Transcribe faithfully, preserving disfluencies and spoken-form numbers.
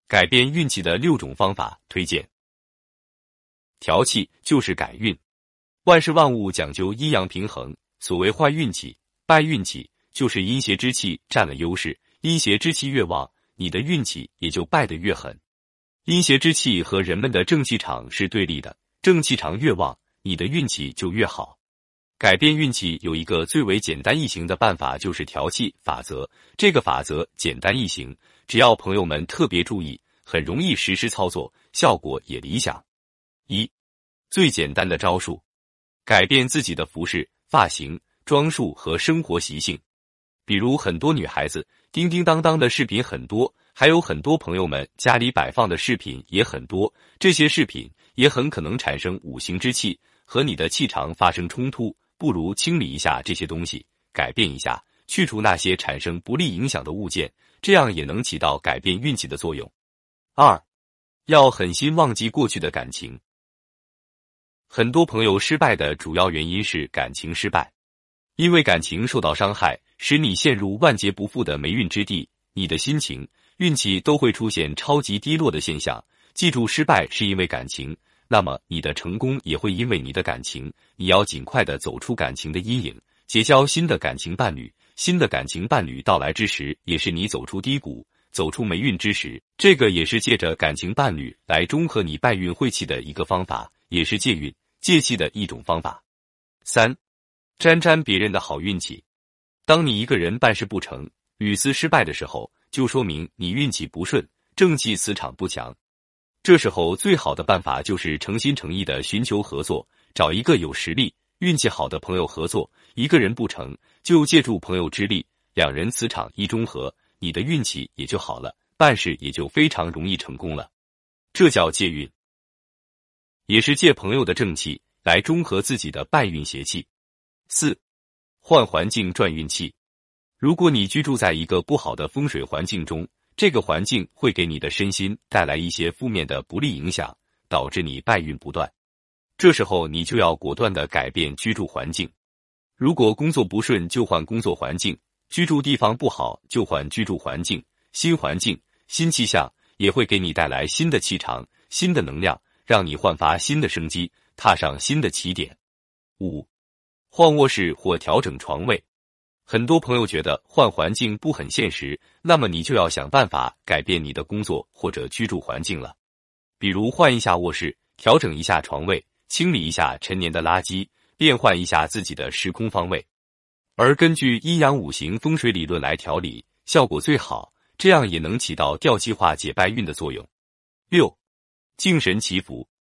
改变运气的六种方法推荐。调气就是改运，万事万物讲究阴阳平衡，所谓坏运气、败运气，就是阴邪之气占了优势，阴邪之气越旺，你的运气也就败得越狠。阴邪之气和人们的正气场是对立的，正气场越旺，你的运气就越好。改变运气有一个最为简单易行的办法，就是调气法则。这个法则简单易行，只要朋友们特别注意，很容易实施操作，效果也理想。一、最简单的招数，改变自己的服饰、发型、装束和生活习性。比如很多女孩子叮叮当当的饰品很多，还有很多朋友们家里摆放的饰品也很多，这些饰品也很可能产生五行之气，和你的气场发生冲突。不如清理一下这些东西，改变一下，去除那些产生不利影响的物件，这样也能起到改变运气的作用。二、要狠心忘记过去的感情。很多朋友失败的主要原因是感情失败，因为感情受到伤害，使你陷入万劫不复的霉运之地，你的心情、运气都会出现超级低落的现象。记住，失败是因为感情，那么你的成功也会因为你的感情，你要尽快的走出感情的阴影，结交新的感情伴侣。新的感情伴侣到来之时，也是你走出低谷、走出霉运之时。这个也是借着感情伴侣来中和你败运晦气的一个方法，也是借运、借气的一种方法。三、沾沾别人的好运气。当你一个人办事不成、屡次失败的时候，就说明你运气不顺，正气磁场不强。这时候最好的办法就是诚心诚意的寻求合作，找一个有实力、运气好的朋友合作。一个人不成，就借助朋友之力，两人磁场一中和，你的运气也就好了，办事也就非常容易成功了。这叫借运，也是借朋友的正气来中和自己的败运邪气。四、换环境赚运气。如果你居住在一个不好的风水环境中，这个环境会给你的身心带来一些负面的不利影响，导致你败运不断。这时候你就要果断地改变居住环境。如果工作不顺就换工作环境，居住地方不好就换居住环境。新环境、新气象也会给你带来新的气场、新的能量，让你焕发新的生机，踏上新的起点。五、换卧室或调整床位。很多朋友觉得换环境不很现实，那么你就要想办法改变你的工作或者居住环境了。比如换一下卧室，调整一下床位，清理一下陈年的垃圾，变换一下自己的时空方位。而根据阴阳五行风水理论来调理，效果最好，这样也能起到调气化解败运的作用。六、敬神祈福。